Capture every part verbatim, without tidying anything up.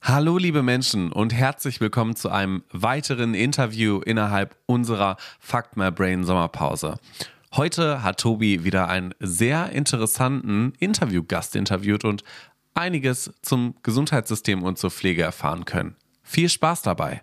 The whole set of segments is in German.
Hallo liebe Menschen und herzlich willkommen zu einem weiteren Interview innerhalb unserer Fuck My Brain Sommerpause. Heute hat Tobi wieder einen sehr interessanten Interviewgast interviewt und einiges zum Gesundheitssystem und zur Pflege erfahren können. Viel Spaß dabei!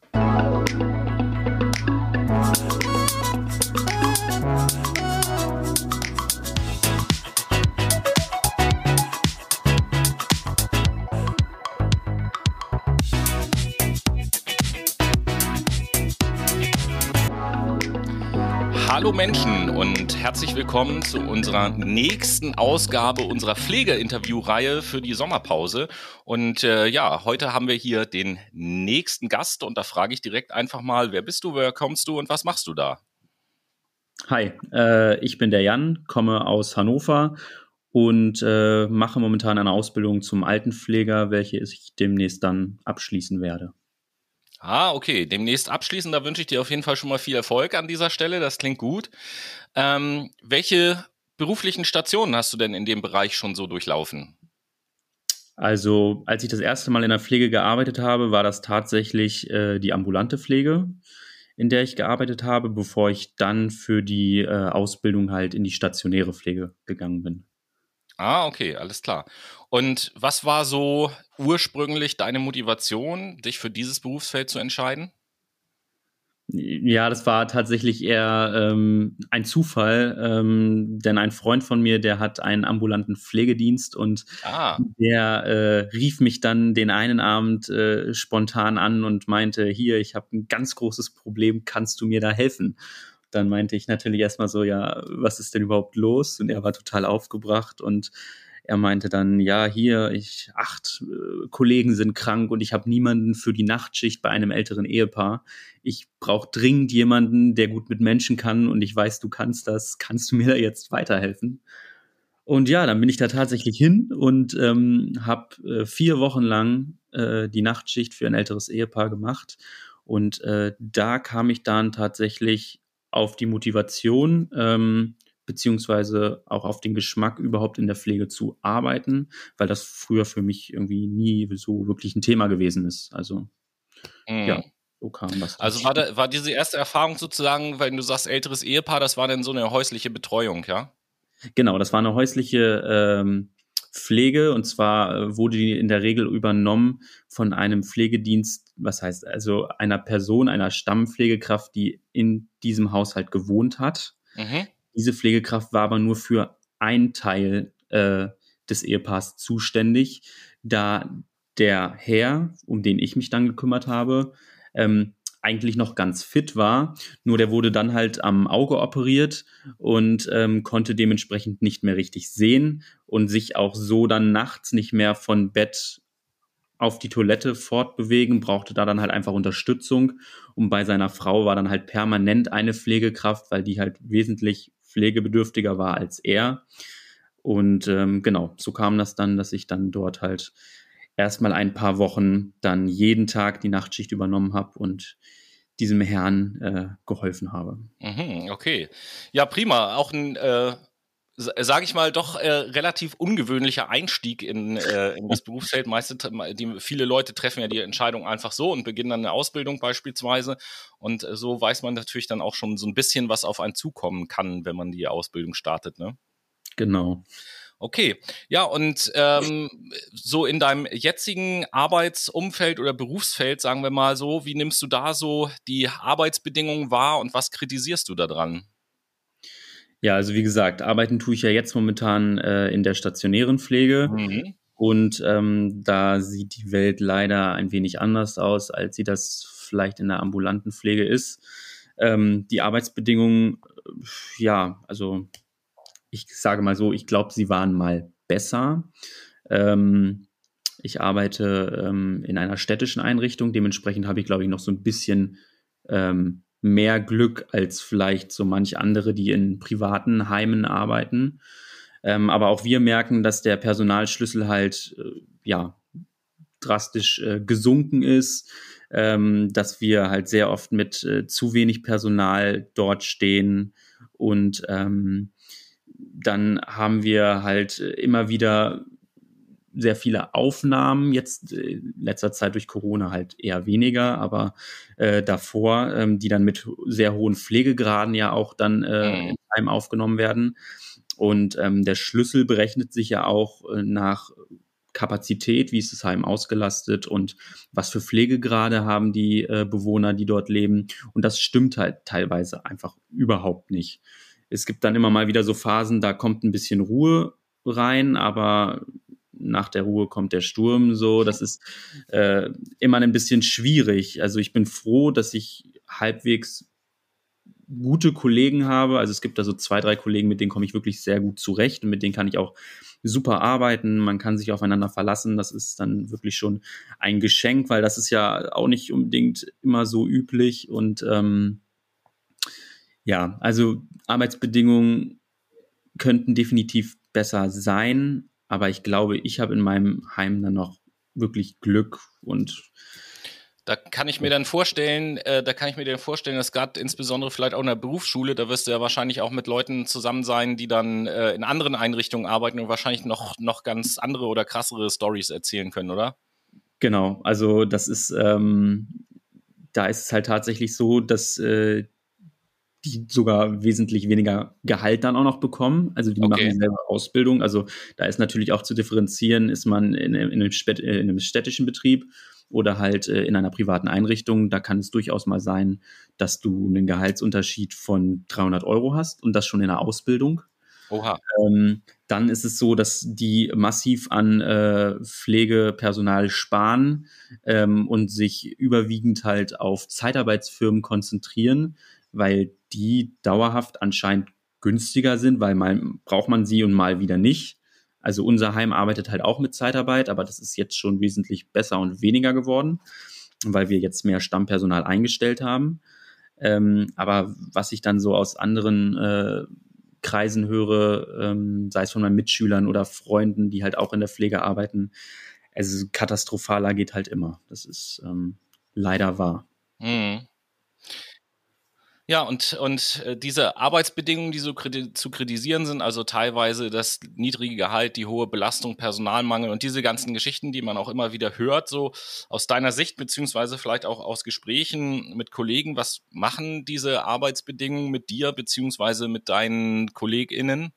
Hallo Menschen und herzlich willkommen zu unserer nächsten Ausgabe unserer Pflegeinterviewreihe für die Sommerpause. Und äh, ja, heute haben wir hier den nächsten Gast und da frage ich direkt einfach mal, wer bist du, woher kommst du und was machst du da? Hi, äh, ich bin der Jan, komme aus Hannover und äh, mache momentan eine Ausbildung zum Altenpfleger, welche ich demnächst dann abschließen werde. Ah, okay, demnächst abschließen, da wünsche ich dir auf jeden Fall schon mal viel Erfolg an dieser Stelle, das klingt gut. Ähm, welche beruflichen Stationen hast du denn in dem Bereich schon so durchlaufen? Also, als ich das erste Mal in der Pflege gearbeitet habe, war das tatsächlich äh, die ambulante Pflege, in der ich gearbeitet habe, bevor ich dann für die äh, Ausbildung halt in die stationäre Pflege gegangen bin. Ah, okay, alles klar. Und was war so ursprünglich deine Motivation, dich für dieses Berufsfeld zu entscheiden? Ja, das war tatsächlich eher ähm, ein Zufall, ähm, denn ein Freund von mir, der hat einen ambulanten Pflegedienst und Ah, der äh, rief mich dann den einen Abend äh, spontan an und meinte, hier, ich habe ein ganz großes Problem, kannst du mir da helfen? Dann meinte ich natürlich erstmal so, ja, was ist denn überhaupt los? Und er war total aufgebracht und er meinte dann, ja, hier, ich acht äh, Kollegen sind krank und ich habe niemanden für die Nachtschicht bei einem älteren Ehepaar. Ich brauche dringend jemanden, der gut mit Menschen kann und ich weiß, du kannst das. Kannst du mir da jetzt weiterhelfen? Und ja, dann bin ich da tatsächlich hin und ähm, habe äh, vier Wochen lang äh, die Nachtschicht für ein älteres Ehepaar gemacht. Und äh, da kam ich dann tatsächlich auf die Motivation, ähm, beziehungsweise auch auf den Geschmack, überhaupt in der Pflege zu arbeiten, weil das früher für mich irgendwie nie so wirklich ein Thema gewesen ist. Also ja, mh. so kam das dann. Also war da, war diese erste Erfahrung sozusagen, wenn du sagst älteres Ehepaar, das war dann so eine häusliche Betreuung, ja? Genau, das war eine häusliche ähm, Pflege und zwar äh, wurde die in der Regel übernommen von einem Pflegedienst, was heißt also einer Person, einer Stammpflegekraft, die in diesem Haushalt gewohnt hat. Mhm. Diese Pflegekraft war aber nur für einen Teil äh, des Ehepaars zuständig, da der Herr, um den ich mich dann gekümmert habe, ähm, eigentlich noch ganz fit war, nur der wurde dann halt am Auge operiert und ähm, konnte dementsprechend nicht mehr richtig sehen und sich auch so dann nachts nicht mehr von Bett auf die Toilette fortbewegen, brauchte da dann halt einfach Unterstützung. Und bei seiner Frau war dann halt permanent eine Pflegekraft, weil die halt wesentlich pflegebedürftiger war als er. Und ähm, genau, so kam das dann, dass ich dann dort halt erstmal ein paar Wochen dann jeden Tag die Nachtschicht übernommen habe und diesem Herrn äh, geholfen habe. Mhm, okay. Ja, prima. Auch ein, äh, sage ich mal, doch äh, relativ ungewöhnlicher Einstieg in, äh, in das Berufsfeld. Meiste, die, viele Leute treffen ja die Entscheidung einfach so und beginnen dann eine Ausbildung beispielsweise. Und äh, so weiß man natürlich dann auch schon so ein bisschen, was auf einen zukommen kann, wenn man die Ausbildung startet, ne? Genau. Okay, ja, und ähm, so in deinem jetzigen Arbeitsumfeld oder Berufsfeld, sagen wir mal so, wie nimmst du da so die Arbeitsbedingungen wahr und was kritisierst du da dran? Ja, also wie gesagt, arbeiten tue ich ja jetzt momentan äh, in der stationären Pflege. Mhm. Und ähm, da sieht die Welt leider ein wenig anders aus, als sie das vielleicht in der ambulanten Pflege ist. Ähm, die Arbeitsbedingungen, äh, ja, also ich sage mal so, ich glaube, sie waren mal besser. Ähm, ich arbeite ähm, in einer städtischen Einrichtung, dementsprechend habe ich, glaube ich, noch so ein bisschen ähm, mehr Glück als vielleicht so manch andere, die in privaten Heimen arbeiten. Ähm, aber auch wir merken, dass der Personalschlüssel halt äh, ja drastisch äh, gesunken ist, ähm, dass wir halt sehr oft mit äh, zu wenig Personal dort stehen und ähm, dann haben wir halt immer wieder sehr viele Aufnahmen, jetzt äh, in letzter Zeit durch Corona halt eher weniger, aber äh, davor, ähm, die dann mit sehr hohen Pflegegraden ja auch dann äh, Mhm. im Heim aufgenommen werden. Und ähm, der Schlüssel berechnet sich ja auch äh, nach Kapazität, wie ist das Heim ausgelastet und was für Pflegegrade haben die äh, Bewohner, die dort leben. Und das stimmt halt teilweise einfach überhaupt nicht. Es gibt dann immer mal wieder so Phasen, da kommt ein bisschen Ruhe rein, aber nach der Ruhe kommt der Sturm so. Das ist äh, immer ein bisschen schwierig. Also ich bin froh, dass ich halbwegs gute Kollegen habe. Also es gibt da so zwei, drei Kollegen, mit denen komme ich wirklich sehr gut zurecht und mit denen kann ich auch super arbeiten. Man kann sich aufeinander verlassen. Das ist dann wirklich schon ein Geschenk, weil das ist ja auch nicht unbedingt immer so üblich. Und ähm, ja, also Arbeitsbedingungen könnten definitiv besser sein, aber ich glaube, ich habe in meinem Heim dann noch wirklich Glück und Da kann ich mir dann vorstellen, äh, da kann ich mir dann vorstellen, dass gerade insbesondere vielleicht auch in der Berufsschule, da wirst du ja wahrscheinlich auch mit Leuten zusammen sein, die dann äh, in anderen Einrichtungen arbeiten und wahrscheinlich noch, noch ganz andere oder krassere Storys erzählen können, oder? Genau, also das ist, ähm, da ist es halt tatsächlich so, dass äh, die sogar wesentlich weniger Gehalt dann auch noch bekommen. Also die Okay. machen selber Ausbildung. Also da ist natürlich auch zu differenzieren, ist man in, in, einem, Spät, in einem städtischen Betrieb oder halt äh, in einer privaten Einrichtung. Da kann es durchaus mal sein, dass du einen Gehaltsunterschied von dreihundert Euro hast und das schon in der Ausbildung. Oha. Ähm, dann ist es so, dass die massiv an äh, Pflegepersonal sparen ähm, und sich überwiegend halt auf Zeitarbeitsfirmen konzentrieren, weil die dauerhaft anscheinend günstiger sind, weil mal braucht man sie und mal wieder nicht. Also unser Heim arbeitet halt auch mit Zeitarbeit, aber das ist jetzt schon wesentlich besser und weniger geworden, weil wir jetzt mehr Stammpersonal eingestellt haben. Ähm, aber was ich dann so aus anderen äh, Kreisen höre, ähm, sei es von meinen Mitschülern oder Freunden, die halt auch in der Pflege arbeiten, also katastrophaler geht halt immer. Das ist ähm, leider wahr. Mhm. Ja, und, und äh, diese Arbeitsbedingungen, die so kriti- zu kritisieren sind, also teilweise das niedrige Gehalt, die hohe Belastung, Personalmangel und diese ganzen Geschichten, die man auch immer wieder hört, so aus deiner Sicht, beziehungsweise vielleicht auch aus Gesprächen mit Kollegen, was machen diese Arbeitsbedingungen mit dir, beziehungsweise mit deinen KollegInnen?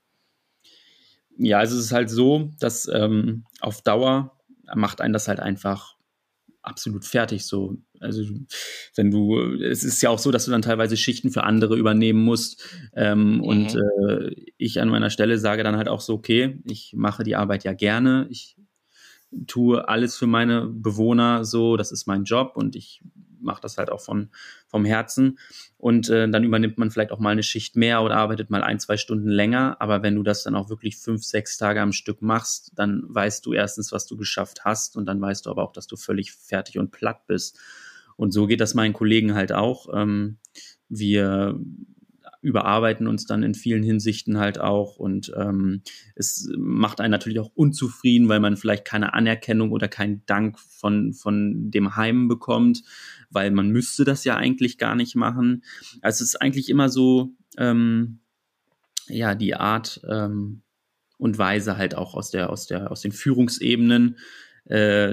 Ja, also es ist halt so, dass ähm, auf Dauer macht einen das halt einfach absolut fertig so. Also wenn du, es ist ja auch so, dass du dann teilweise Schichten für andere übernehmen musst. Ähm, mhm. Und äh, ich an meiner Stelle sage dann halt auch so, okay, ich mache die Arbeit ja gerne. Ich tue alles für meine Bewohner so, das ist mein Job und ich mache das halt auch von, vom Herzen. Und äh, dann übernimmt man vielleicht auch mal eine Schicht mehr oder arbeitet mal ein, zwei Stunden länger. Aber wenn du das dann auch wirklich fünf, sechs Tage am Stück machst, dann weißt du erstens, was du geschafft hast und dann weißt du aber auch, dass du völlig fertig und platt bist. Und so geht das meinen Kollegen halt auch. Ähm, wir überarbeiten uns dann in vielen Hinsichten halt auch und ähm, es macht einen natürlich auch unzufrieden, weil man vielleicht keine Anerkennung oder keinen Dank von, von dem Heim bekommt, weil man müsste das ja eigentlich gar nicht machen. Also es ist eigentlich immer so, ähm, ja, die Art ähm, und Weise halt auch aus der, aus der, aus den Führungsebenen, äh,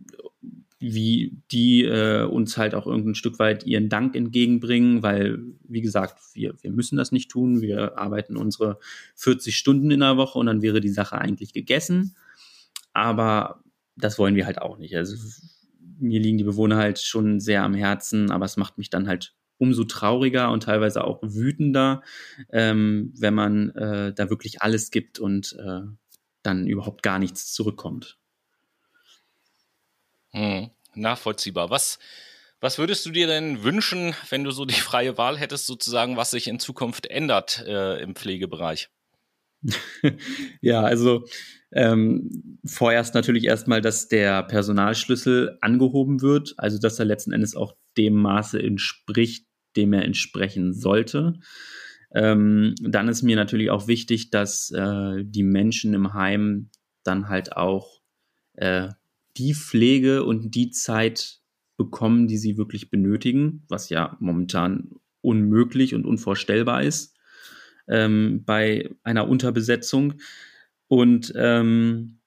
wie die äh, uns halt auch irgendein Stück weit ihren Dank entgegenbringen, weil, wie gesagt, wir, wir müssen das nicht tun. Wir arbeiten unsere vierzig Stunden in der Woche und dann wäre die Sache eigentlich gegessen. Aber das wollen wir halt auch nicht. Also mir liegen die Bewohner halt schon sehr am Herzen, aber es macht mich dann halt umso trauriger und teilweise auch wütender, ähm, wenn man äh, da wirklich alles gibt und äh, dann überhaupt gar nichts zurückkommt. Hm, nachvollziehbar. Was, was würdest du dir denn wünschen, wenn du so die freie Wahl hättest, sozusagen, was sich in Zukunft ändert äh, im Pflegebereich? Ja, also ähm, vorerst natürlich erstmal, dass der Personalschlüssel angehoben wird, also dass er letzten Endes auch dem Maße entspricht, dem er entsprechen sollte. Ähm, dann ist mir natürlich auch wichtig, dass äh, die Menschen im Heim dann halt auch äh, die Pflege und die Zeit bekommen, die sie wirklich benötigen, was ja momentan unmöglich und unvorstellbar ist ähm, bei einer Unterbesetzung. Und ähm,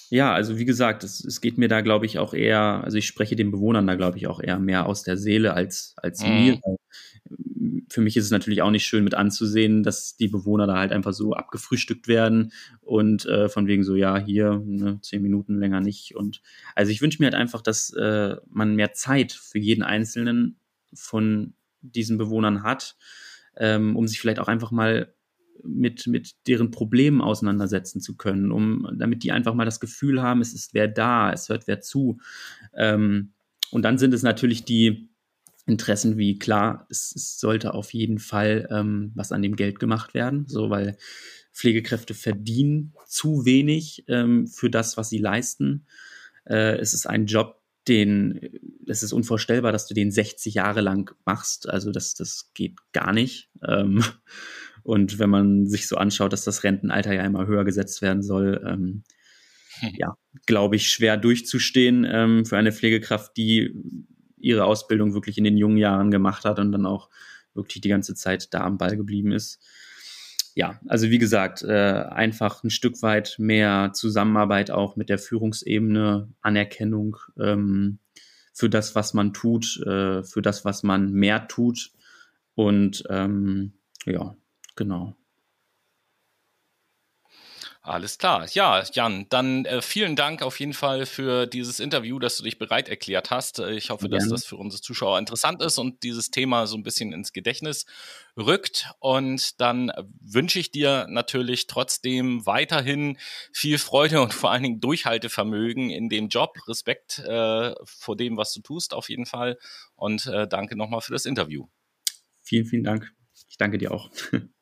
Ja, also wie gesagt, es, es geht mir da, glaube ich, auch eher, also ich spreche den Bewohnern da, glaube ich, auch eher mehr aus der Seele als, als mir. Mhm. Für mich ist es natürlich auch nicht schön mit anzusehen, dass die Bewohner da halt einfach so abgefrühstückt werden und äh, von wegen so, ja, hier, ne, zehn Minuten länger nicht. Und also ich wünsche mir halt einfach, dass äh, man mehr Zeit für jeden Einzelnen von diesen Bewohnern hat, ähm, um sich vielleicht auch einfach mal mit, mit deren Problemen auseinandersetzen zu können, um, damit die einfach mal das Gefühl haben, es ist wer da, es hört wer zu. Ähm, und dann sind es natürlich die Interessen wie, klar, es, es sollte auf jeden Fall ähm, was an dem Geld gemacht werden, so, weil Pflegekräfte verdienen zu wenig ähm, für das, was sie leisten. Äh, es ist ein Job, den, es ist unvorstellbar, dass du den sechzig Jahre lang machst. Also das, das geht gar nicht. Ähm, und wenn man sich so anschaut, dass das Rentenalter ja immer höher gesetzt werden soll, ähm, ja, glaube ich, schwer durchzustehen ähm, für eine Pflegekraft, die ihre Ausbildung wirklich in den jungen Jahren gemacht hat und dann auch wirklich die ganze Zeit da am Ball geblieben ist. Ja, also wie gesagt, äh, einfach ein Stück weit mehr Zusammenarbeit auch mit der Führungsebene, Anerkennung ähm, für das, was man tut, äh, für das, was man mehr tut. Und ähm, ja, genau. Alles klar. Ja, Jan, dann äh, vielen Dank auf jeden Fall für dieses Interview, dass du dich bereit erklärt hast. Äh, ich hoffe, Gerne. dass das für unsere Zuschauer interessant ist und dieses Thema so ein bisschen ins Gedächtnis rückt. Und dann wünsche ich dir natürlich trotzdem weiterhin viel Freude und vor allen Dingen Durchhaltevermögen in dem Job. Respekt äh, vor dem, was du tust, auf jeden Fall. Und äh, danke nochmal für das Interview. Vielen, vielen Dank. Ich danke dir auch.